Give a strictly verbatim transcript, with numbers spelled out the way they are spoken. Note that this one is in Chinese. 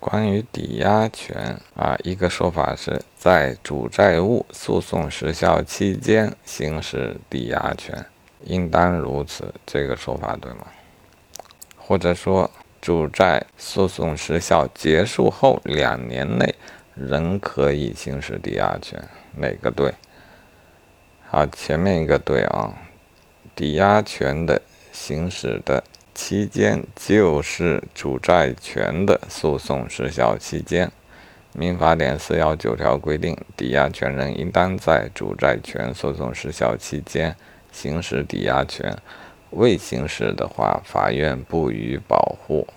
关于抵押权啊，一个说法是在主债务诉讼时效期间行使抵押权，应当如此，这个说法对吗？或者说主债诉讼时效结束后两年内仍可以行使抵押权，哪个对？好，前面一个对啊，抵押权的行使的期间就是主债权的诉讼时效期间。民法典四一九条规定，抵押权人应当在主债权诉讼时效期间行使抵押权，未行使的话，法院不予保护。